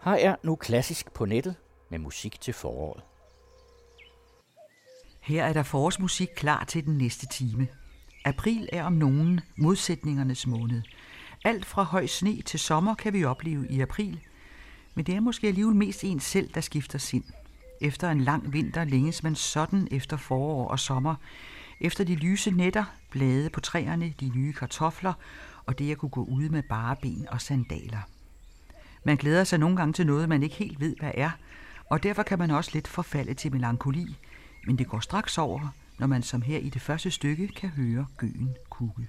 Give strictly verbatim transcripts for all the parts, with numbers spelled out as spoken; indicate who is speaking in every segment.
Speaker 1: Her er Nu Klassisk på nettet med musik til foråret.
Speaker 2: Her er der forårsmusik klar til den næste time. April er om nogen modsætningernes måned. Alt fra høj sne til sommer kan vi opleve i april, men det er måske alligevel mest en selv, der skifter sind. Efter en lang vinter længes man sådan efter forår og sommer, efter de lyse nætter, blade på træerne, de nye kartofler og det at kunne gå ude med bare ben og sandaler. Man glæder sig nogle gange til noget, man ikke helt ved, hvad er, og derfor kan man også lidt forfalde til melankoli, men det går straks over, når man som her i det første stykke kan høre gøen kugge.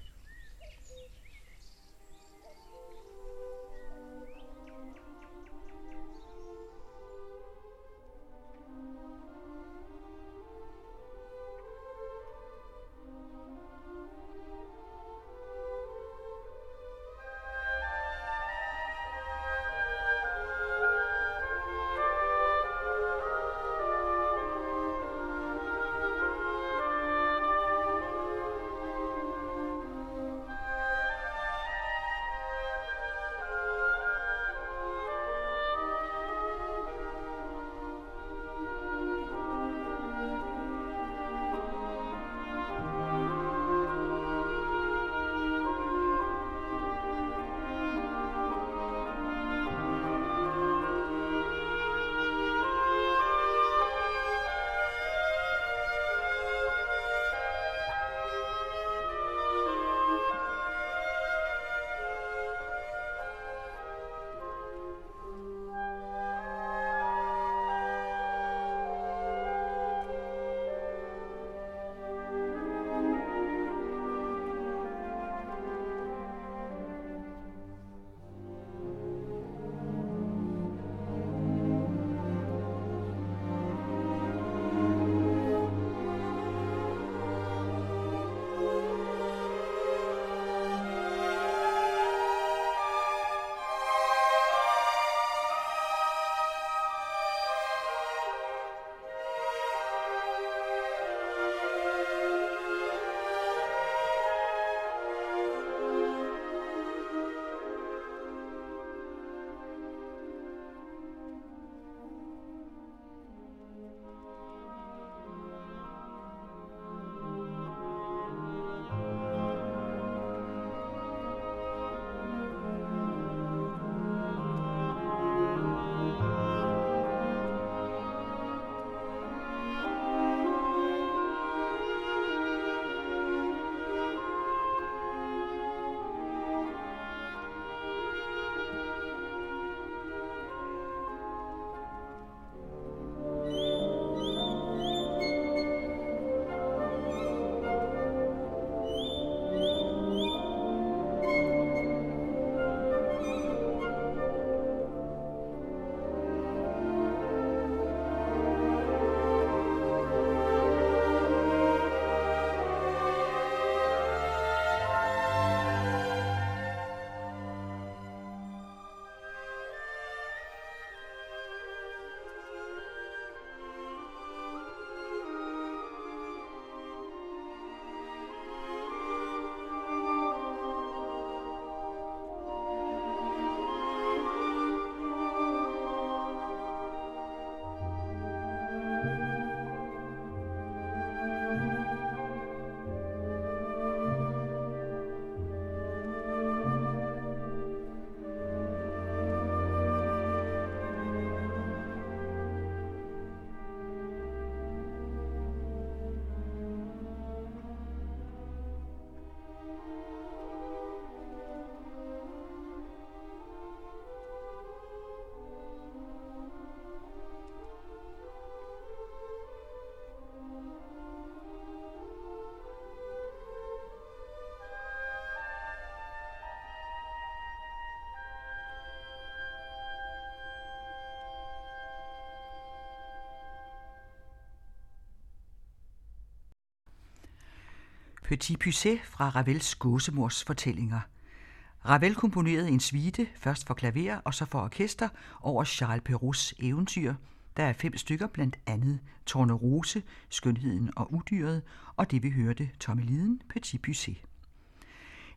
Speaker 2: Petit Pucet fra Ravels Gåsemors fortællinger. Ravel komponerede en suite, først for klaver og så for orkester, over Charles Perraults eventyr. Der er fem stykker, blandt andet Tornerose, Skønheden og Udyret, og det vi hørte, Tommeliden, Petit Pucet.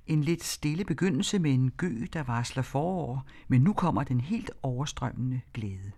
Speaker 2: En lidt stille begyndelse med en gø, der varsler forår, men nu kommer den helt overstrømmende glæde.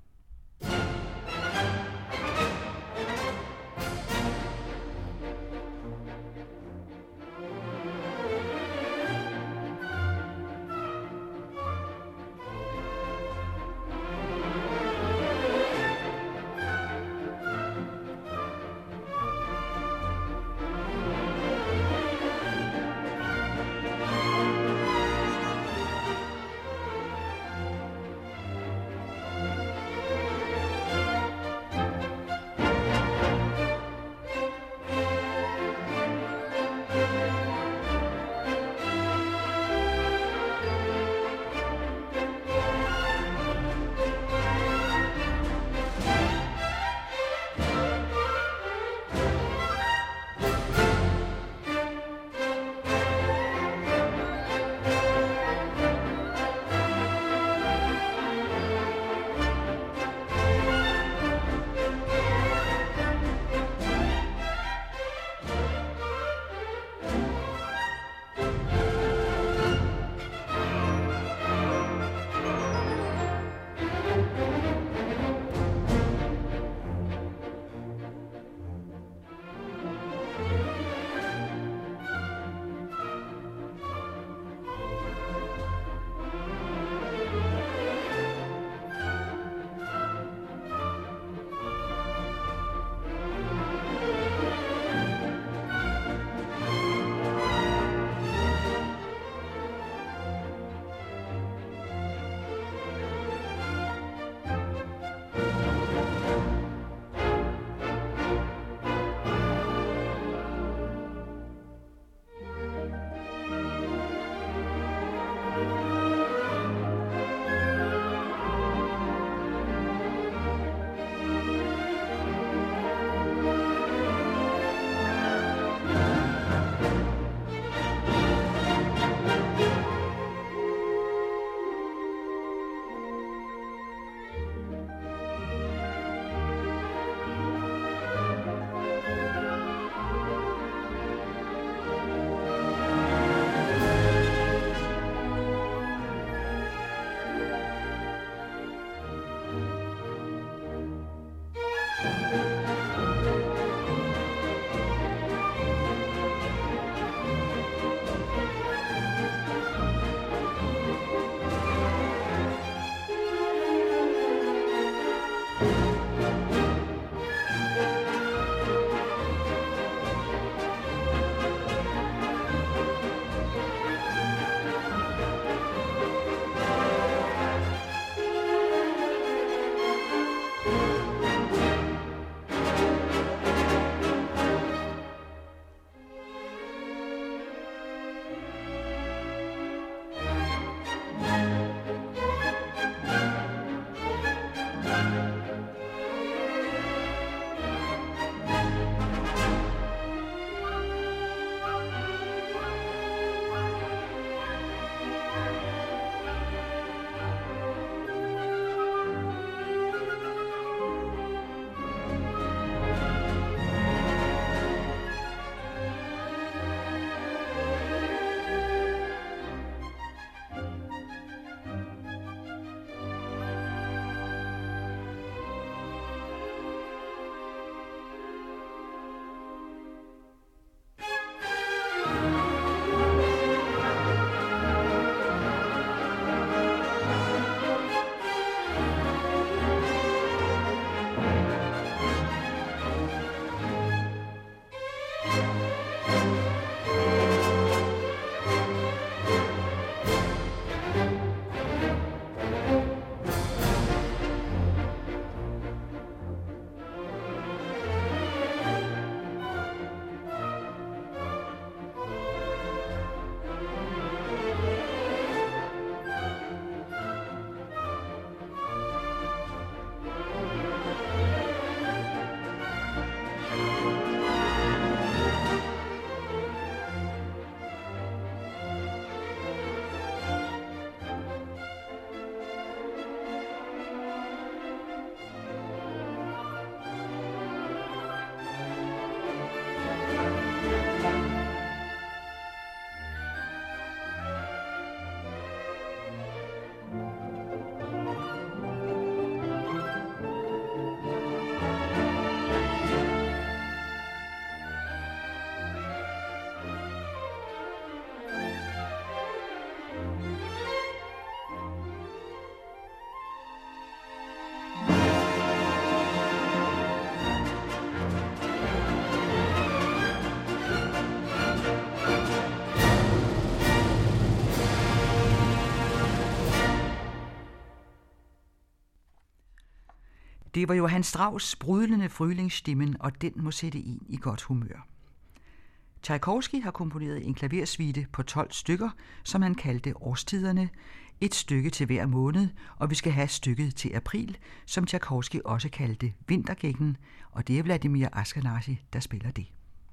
Speaker 2: Det var Johann Strauss' brydlende Frühlingsstimmen, og den må sætte en i godt humør. Tchaikovsky har komponeret en klaversuite på tolv stykker, som han kaldte Årstiderne, et stykke til hver måned, og vi skal have stykket til april, som Tchaikovsky også kaldte Vintergækken, og det er Vladimir Ashkenazy, der spiller det.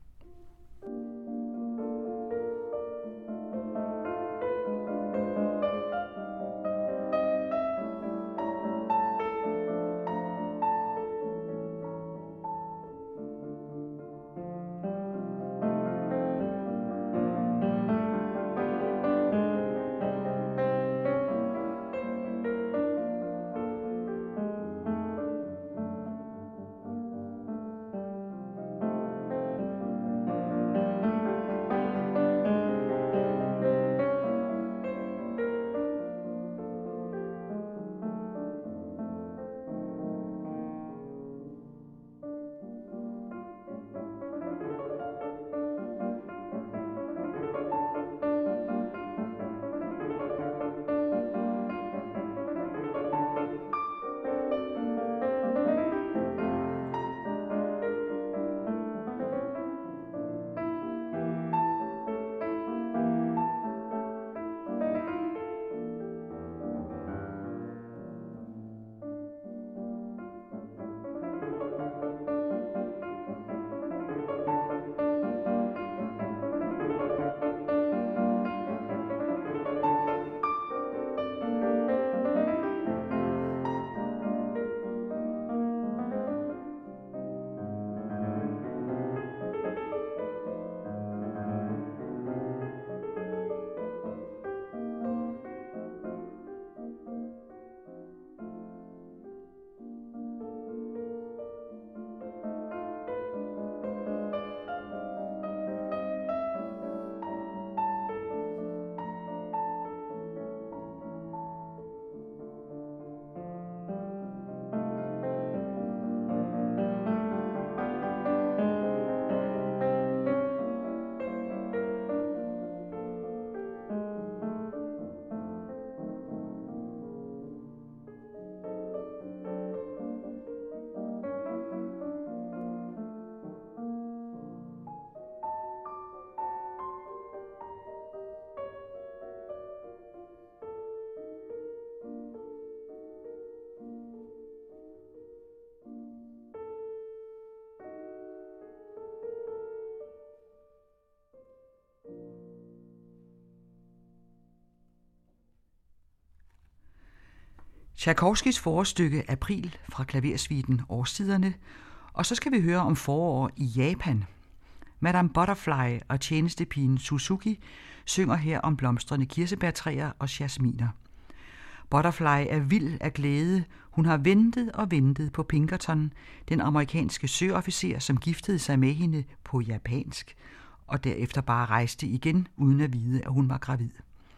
Speaker 2: Tchaikovskys forårsstykke April fra klaversuiten Årstiderne, og så skal vi høre om forår i Japan. Madame Butterfly og tjenestepigen Suzuki synger her om blomstrende kirsebærtræer og jasminer. Butterfly er vild af glæde. Hun har ventet og ventet på Pinkerton, den amerikanske søofficer, som giftede sig med hende på japansk, og derefter bare rejste igen, uden at vide, at hun var gravid.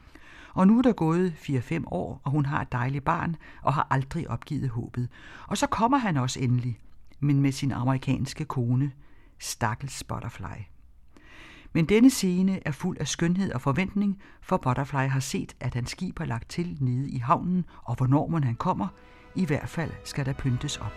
Speaker 2: Og nu er der gået fire fem år, og hun har et dejligt barn, og har aldrig opgivet håbet. Og så kommer han også endelig, men med sin amerikanske kone, stakkels Butterfly. Men denne scene er fuld af skønhed og forventning, for Butterfly har set, at hans skib er lagt til nede i havnen, og hvornår man han kommer, i hvert fald skal der pyntes op.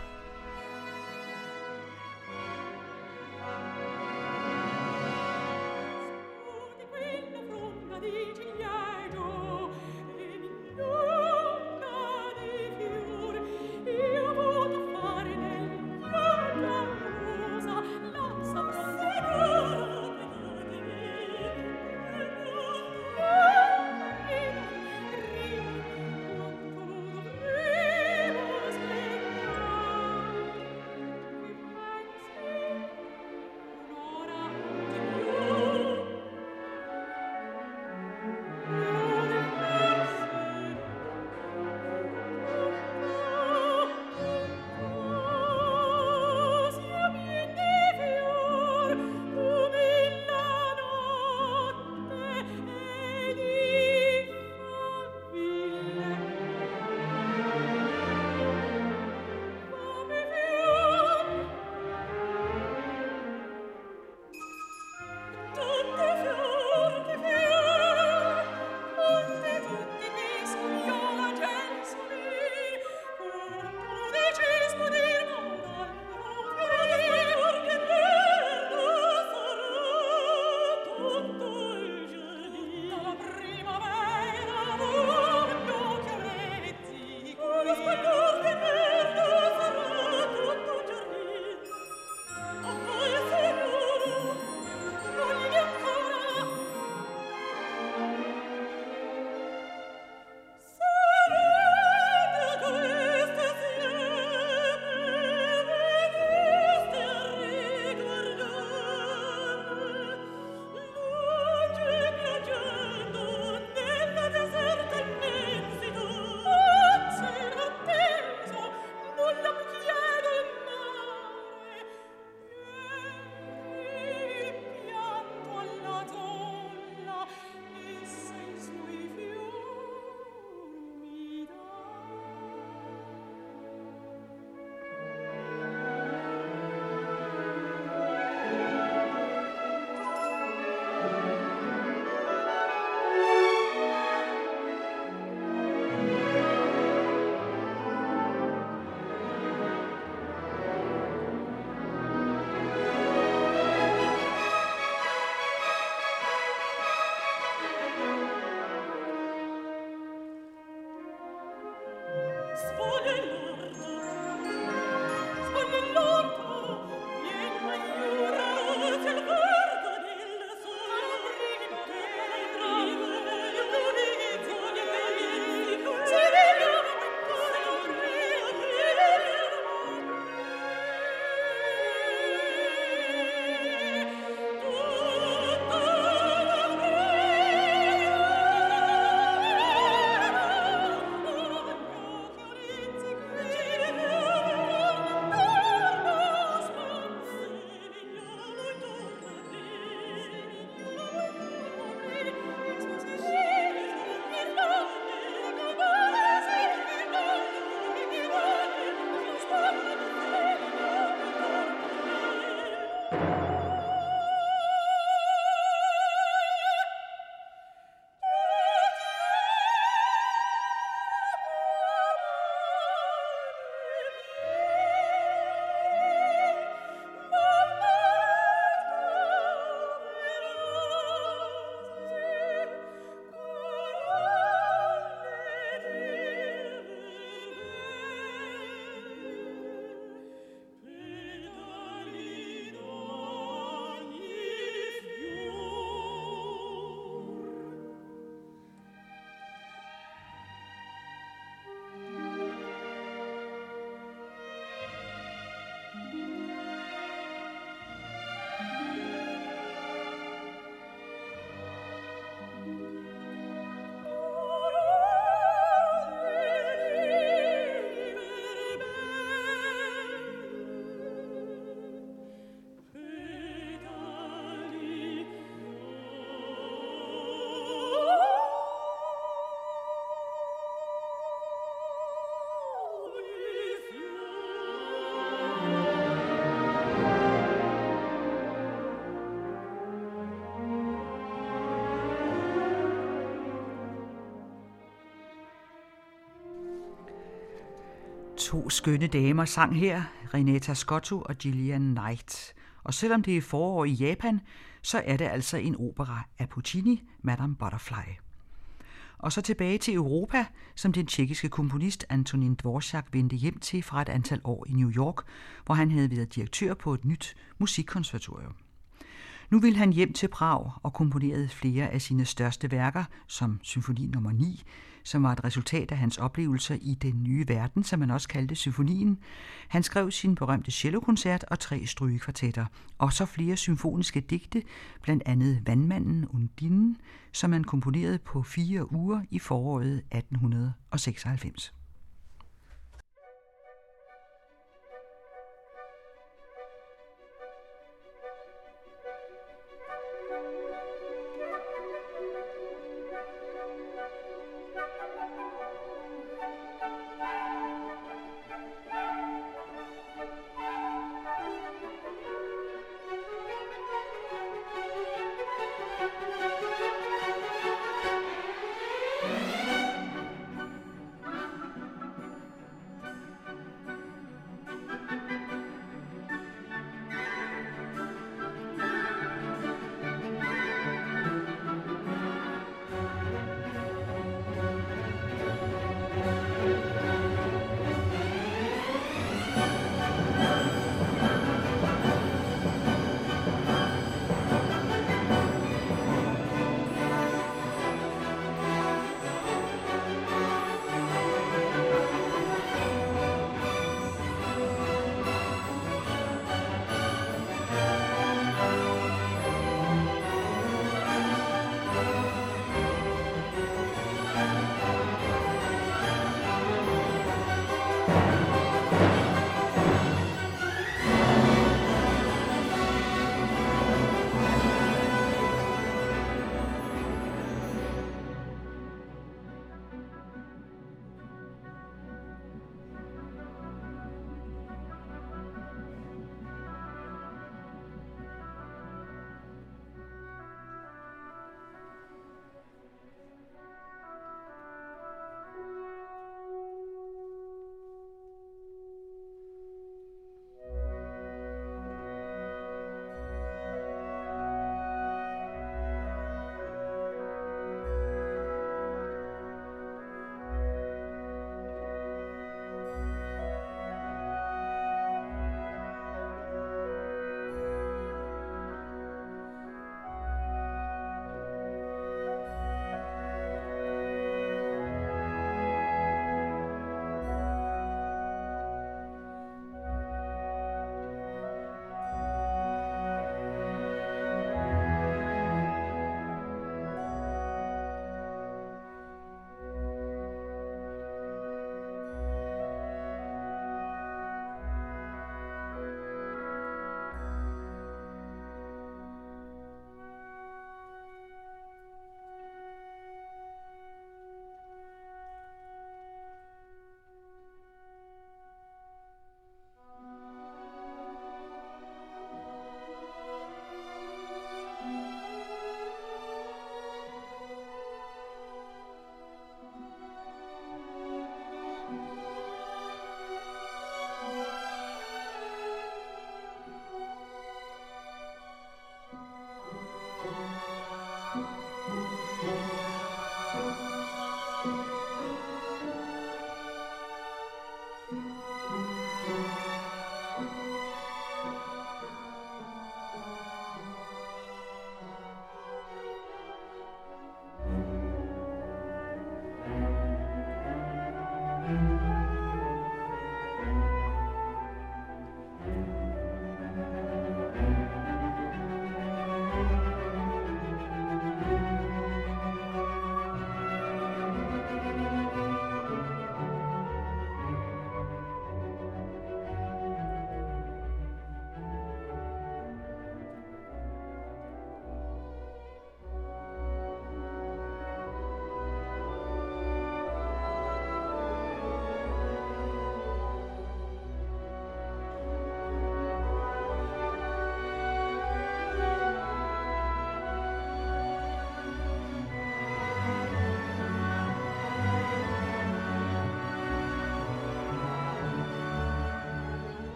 Speaker 2: To skønne damer sang her, Renata Scotto og Gillian Knight. Og selvom det er forår i Japan, så er det altså en opera af Puccini, Madame Butterfly. Og så tilbage til Europa, som den tjekkiske komponist Antonín Dvořák vendte hjem til fra et antal år i New York, hvor han havde været direktør på et nyt musikkonservatorium. Nu ville han hjem til Prag og komponerede flere af sine største værker, som symfoni nummer ni, som var et resultat af hans oplevelser i den nye verden, som man også kaldte symfonien. Han skrev sin berømte cellokoncert og tre strygekvartetter, og så flere symfoniske digte, blandt andet Vandmanden Undinen, som han komponerede på fire uger i foråret atten seksoghalvfems.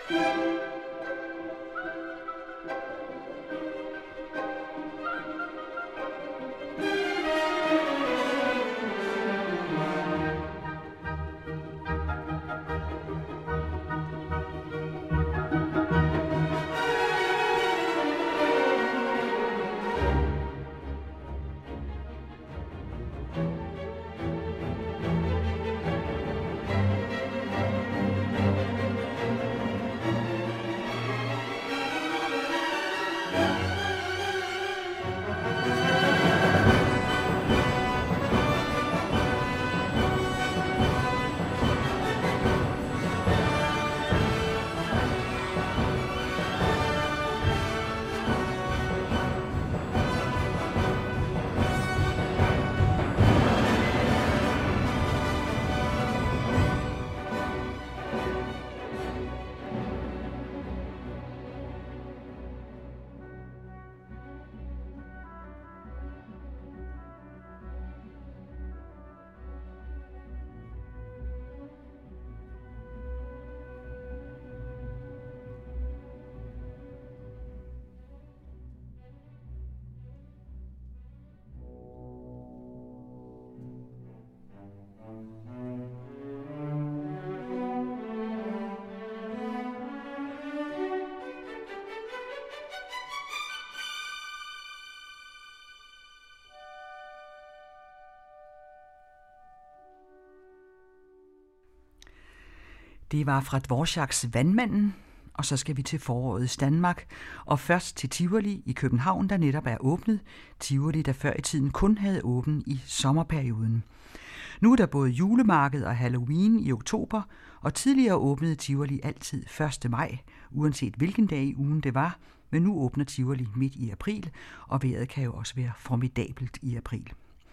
Speaker 2: Det var fra Dvoraks Vandmanden, og så skal vi til forårets Danmark, og først til Tivoli i København, der netop er åbnet. Tivoli, der før i tiden kun havde åbent i sommerperioden. Nu er der både julemarked og Halloween i oktober, og tidligere åbnede Tivoli altid første maj, uanset hvilken dag i ugen det var, men nu åbner Tivoli midt i april, og vejret kan jo også være formidabelt i april.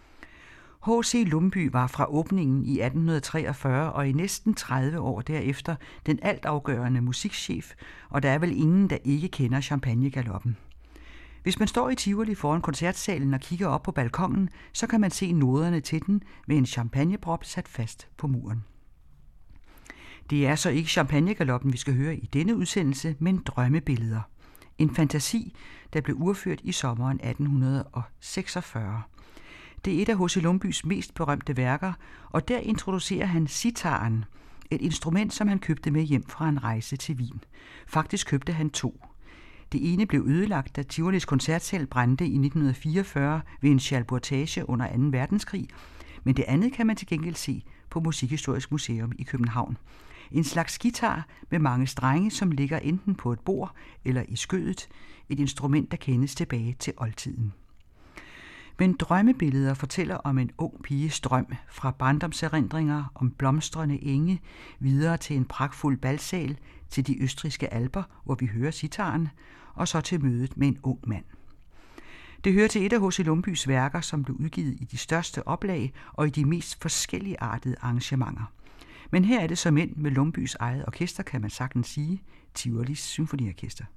Speaker 2: H C Lumbye var fra åbningen i atten treogfyrre og i næsten tredive år derefter den altafgørende musikchef, og der er vel ingen, der ikke kender Champagnegaloppen. Hvis man står i Tivoli foran koncertsalen og kigger op på balkongen, så kan man se noderne til den med en champagneprop sat fast på muren. Det er så ikke Champagnegaloppen, vi skal høre i denne udsendelse, men Drømmebilleder. En fantasi, der blev udført i sommeren atten seksogfyrre. Det er et af H C Lumbyes mest berømte værker, og der introducerer han sitaren, et instrument, som han købte med hjem fra en rejse til Wien. Faktisk købte han to. Det ene blev ødelagt, da Tivolis koncertsal brændte i nitten fireogfyrre ved en schalburtage under anden verdenskrig, men det andet kan man til gengæld se på Musikhistorisk Museum i København. En slags guitar med mange strenge, som ligger enten på et bord eller i skødet, et instrument, der kendes tilbage til oldtiden. Men Drømmebilleder fortæller om en ung piges drøm fra barndomserindringer om blomstrende enge, videre til en pragtfuld balsal, til de østrigske alper, hvor vi hører sitaren, og så til mødet med en ung mand. Det hører til et af H C Lumbyes værker, som blev udgivet i de største oplag og i de mest forskelligartede arrangementer. Men her er det som ind med Lumbyes eget orkester, kan man sagtens sige, Tivolis Symfoniorkester.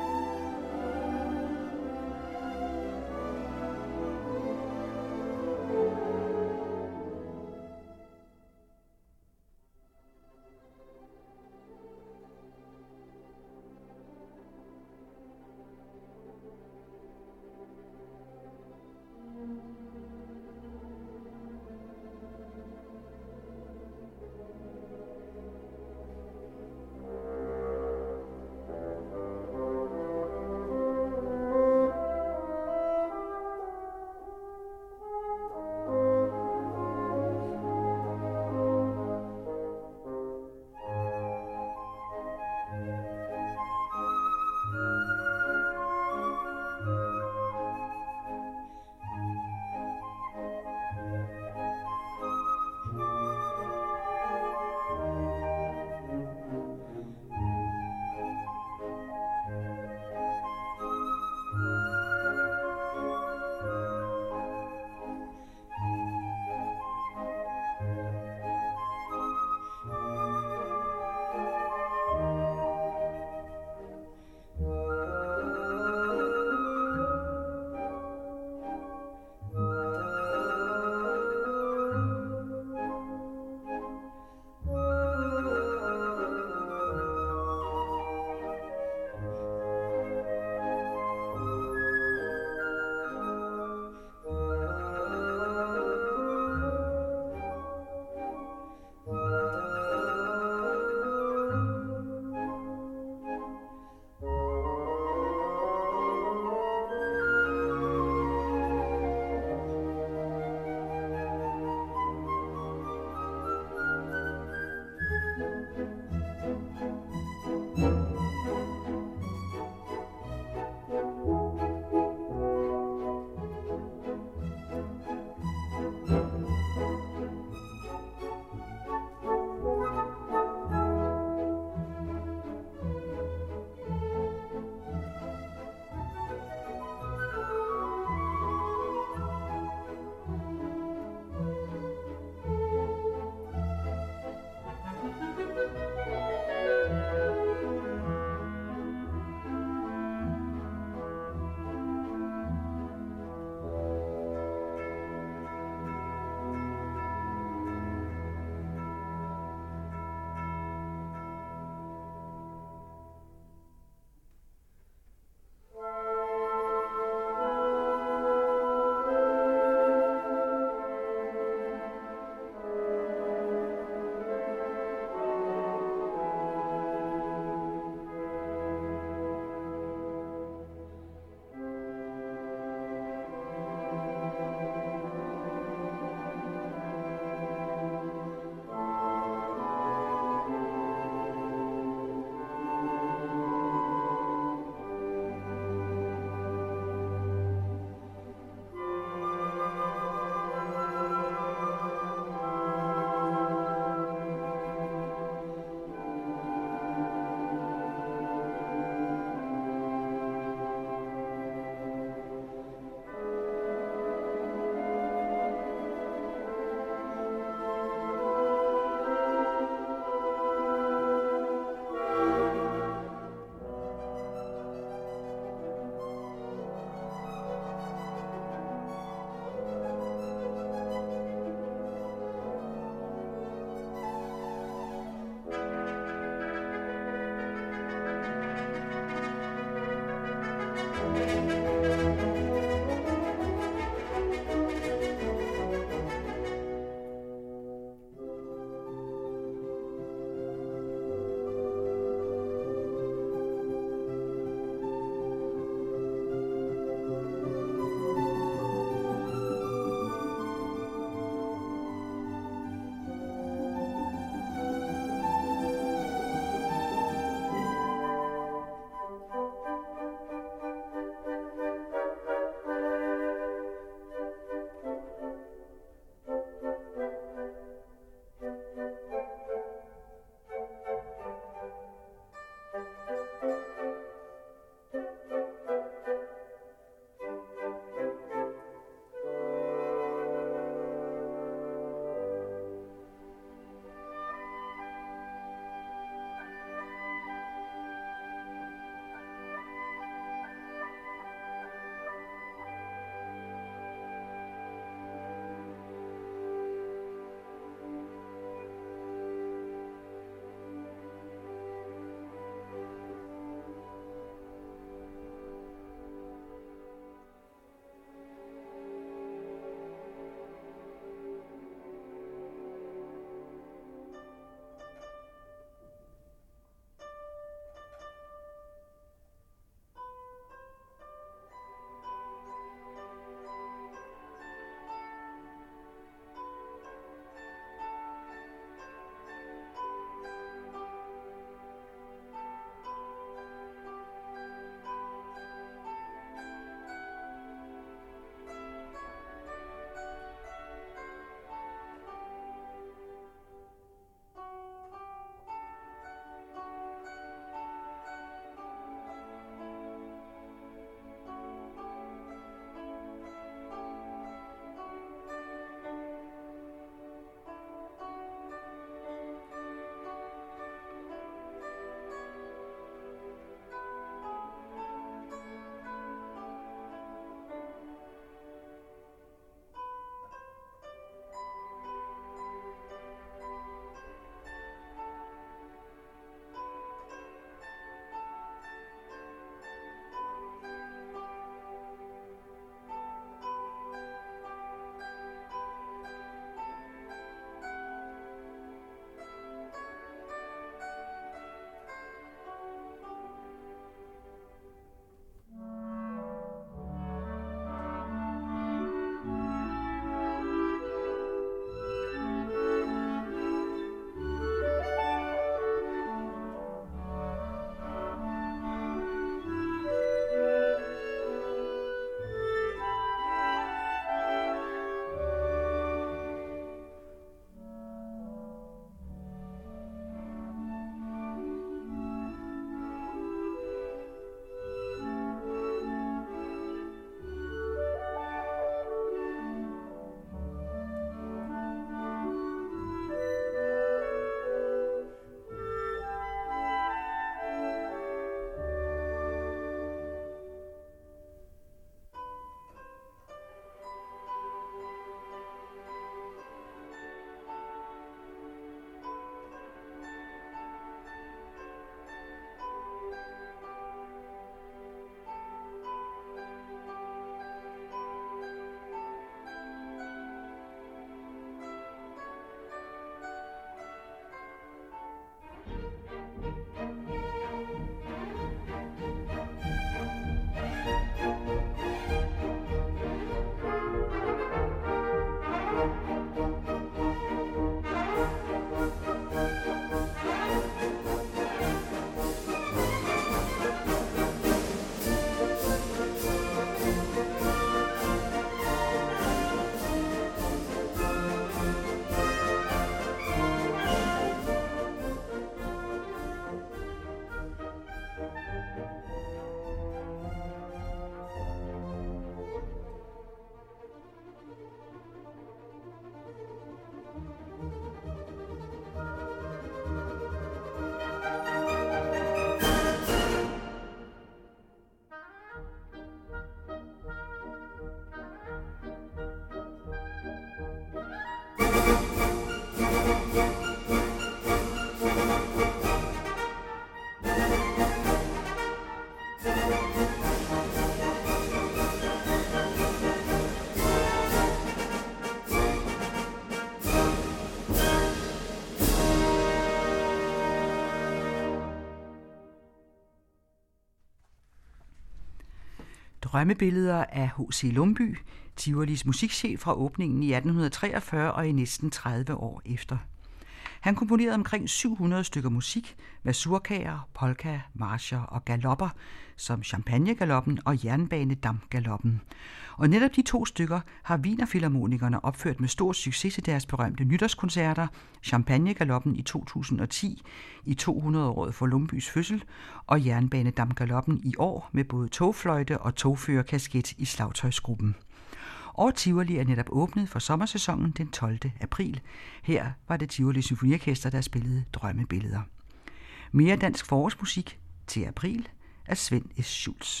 Speaker 2: Drømmebilleder af H C Lumbye, Tivolis musikchef fra åbningen i atten treogfyrre og i næsten tredive år efter. Han komponerede omkring syv hundrede stykker musik, mazurkaer, polka, marcher og galopper, som Champagnegaloppen og Jernbanedamgaloppen. Og netop de to stykker har Wienerfilharmonikerne opført med stor succes til deres berømte nytårskoncerter, Champagnegaloppen i to tusind og ti i to hundrede-året for Lumbyes fødsel, og Jernbanedamgaloppen i år med både togfløjte og togførerkasket i slagtøjsgruppen. Og Tivoli er netop åbnet for sommersæsonen den tolvte april. Her var det Tivoli Symfoniorkester, der spillede Drømmebilleder. Mere dansk forårsmusik til april af Svend S. Schultz.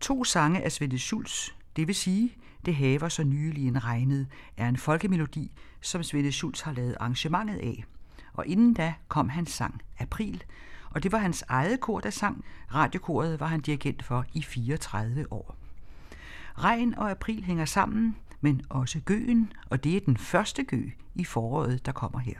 Speaker 2: To sange af Svende Schultz, det vil sige, Det haver så nylig en regnet, er en folkemelodi, som Svende Schultz har lavet arrangementet af. Og inden da kom hans sang April, og det var hans eget kor, der sang. Radiokoret var han dirigent for i fireogtredive år. Regn og april hænger sammen, men også gøen, og det er den første gø i foråret, der kommer her.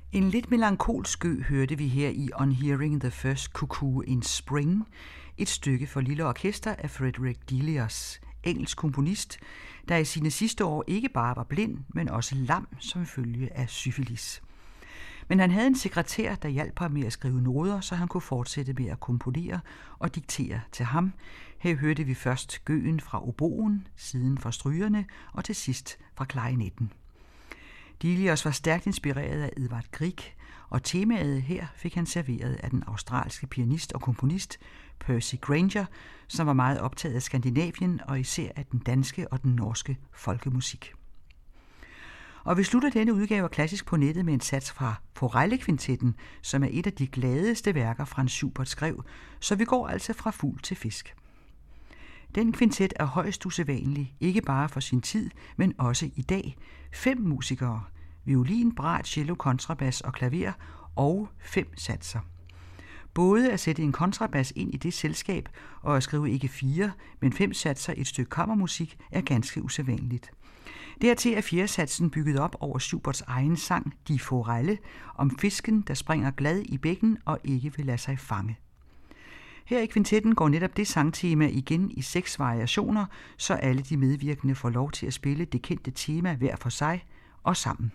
Speaker 2: En lidt melankolsk ø hørte vi her i On Hearing the First Cuckoo in Spring, et stykke for lille orkester af Frederick Delius, engelsk komponist, der i sine sidste år ikke bare var blind, men også lam som følge af syfilis. Men han havde en sekretær, der hjalp ham med at skrive noder, så han kunne fortsætte med at komponere og diktere til ham. Her hørte vi først gøen fra oboen, siden fra strygerne og til sidst fra klarinetten. Delius var stærkt inspireret af Edvard Grieg, og temaet her fik han serveret af den australske pianist og komponist Percy Grainger, som var meget optaget af Skandinavien og især af den danske og den norske folkemusik. Og vi slutter denne udgave af Klassisk på nettet med en sats fra Forellekvintetten, som er et af de gladeste værker, Franz Schubert skrev, så vi går altså fra fugl til fisk. Den kvintet er højst usædvanlig, ikke bare for sin tid, men også i dag. Fem musikere, violin, brat, cello, kontrabas og klaver, og fem satser. Både at sætte en kontrabas ind i det selskab og at skrive ikke fire, men fem satser i et stykke kammermusik er ganske usædvanligt. Dertil er fjersatsen bygget op over Schuberts egen sang, Die Forelle, om fisken, der springer glad i bækken og ikke vil lade sig fange. Her i kvintetten går netop det sangtema igen i seks variationer, så alle de medvirkende får lov til at spille det kendte tema hver for sig og sammen.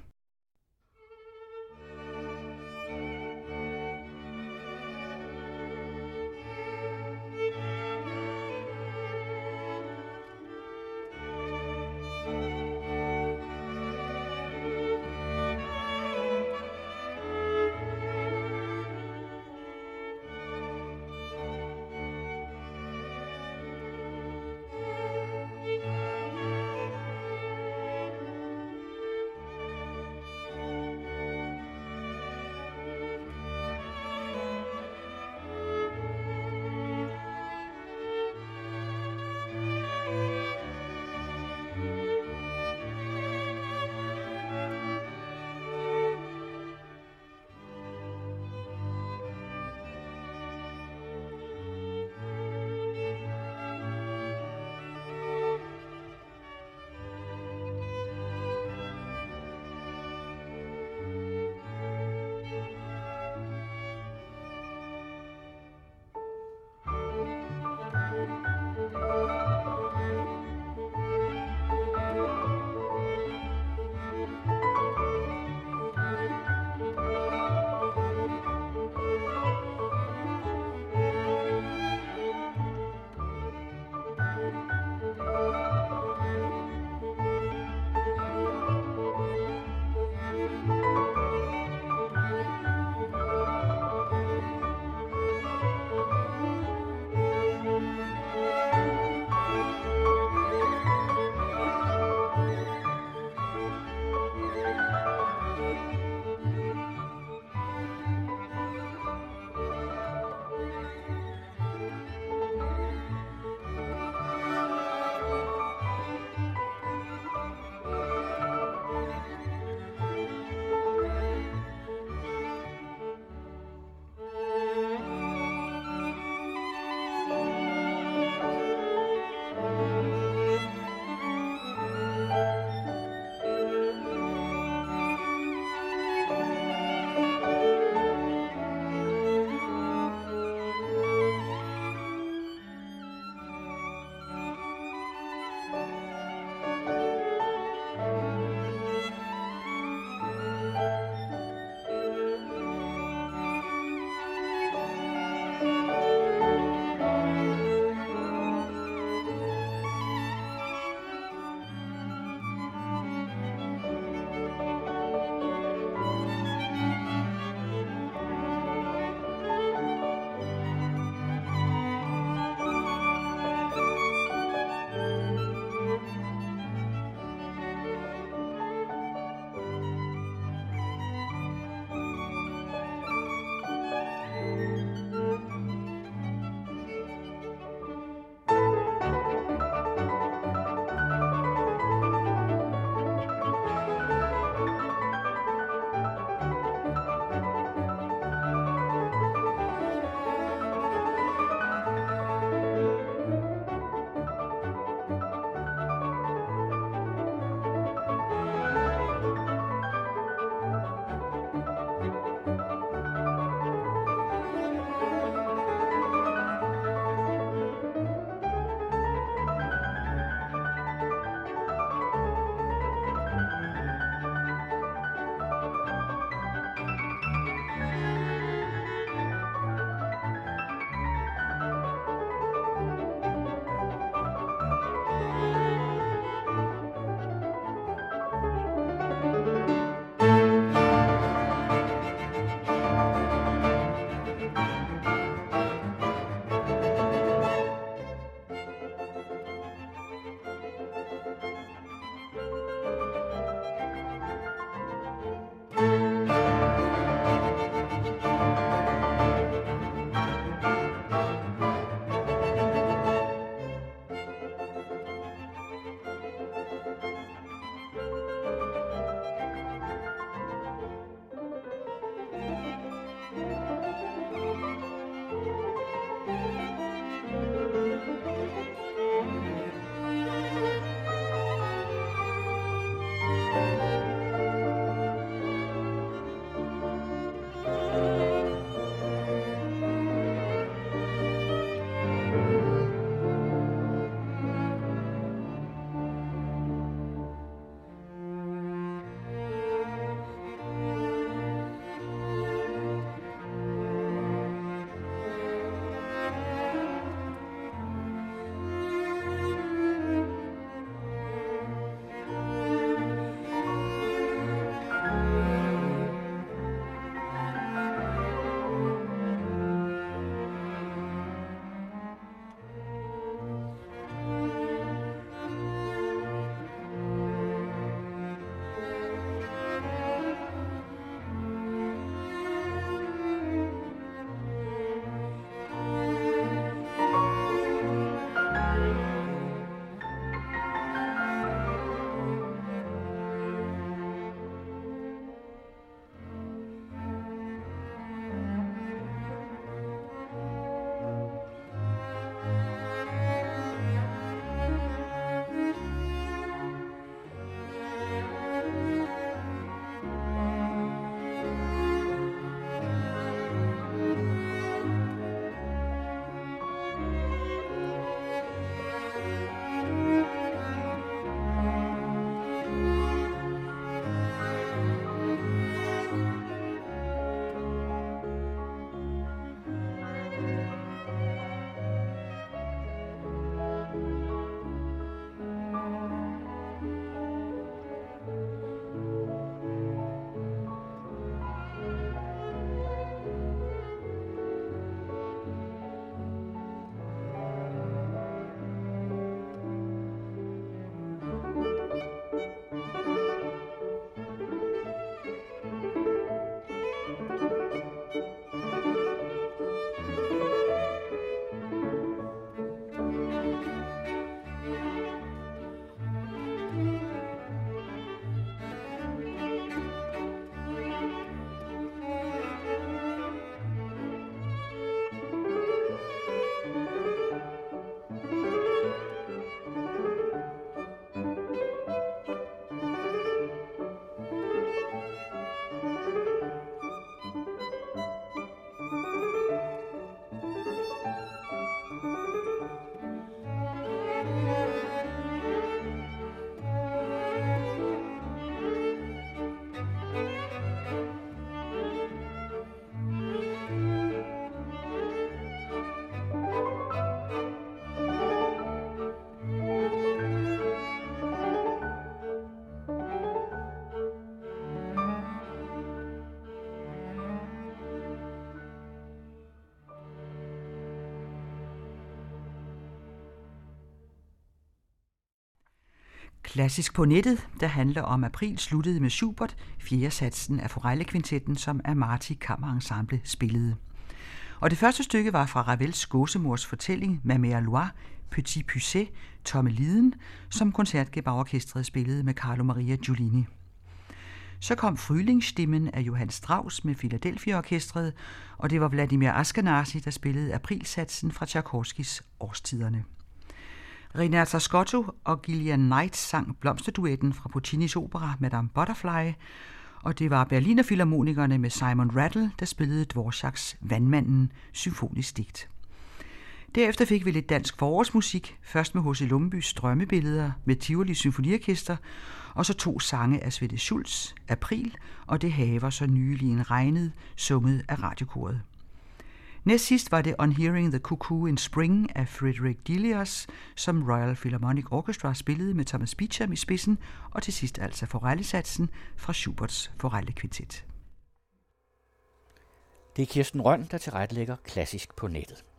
Speaker 2: Klassisk på nettet, der handler om April sluttede med Schubert, fjerde satsen af Forellekvintetten, som Amati Kammerensemble spillede. Og det første stykke var fra Ravels gåsemors fortælling Ma Mère Loire, Petit Pucet, Tomme Liden, som koncertgebauorkestret spillede med Carlo Maria Giulini. Så kom Frühlingsstimmen af Johann Strauss med Philadelphia-orkestret, og det var Vladimir Ashkenazy, der spillede aprilsatsen fra Tchaikovskys Årstiderne. Renata Scotto og Gillian Knight sang blomsterduetten fra Puccinis opera Madame Butterfly, og det var Berliner Filharmonikerne med Simon Rattle, der spillede Dvoraks Vandmanden, symfonisk digt. Derefter fik vi lidt dansk forårsmusik, først med H C Lumbys Drømmebilleder med Tivoli Symfoniorkester, og så to sange af Svette Schultz, April, og Det haver så nylig en regnet, summet af radiokoret. Næst sidst var det On Hearing the Cuckoo in Spring af Frederick Delius, som Royal Philharmonic Orchestra spillede med Thomas Beecham i spidsen, og til sidst altså Forellesatsen fra Schuberts Forellekvintet.
Speaker 1: Det er Kirsten Rønn, der tilrettelægger Klassisk på nettet.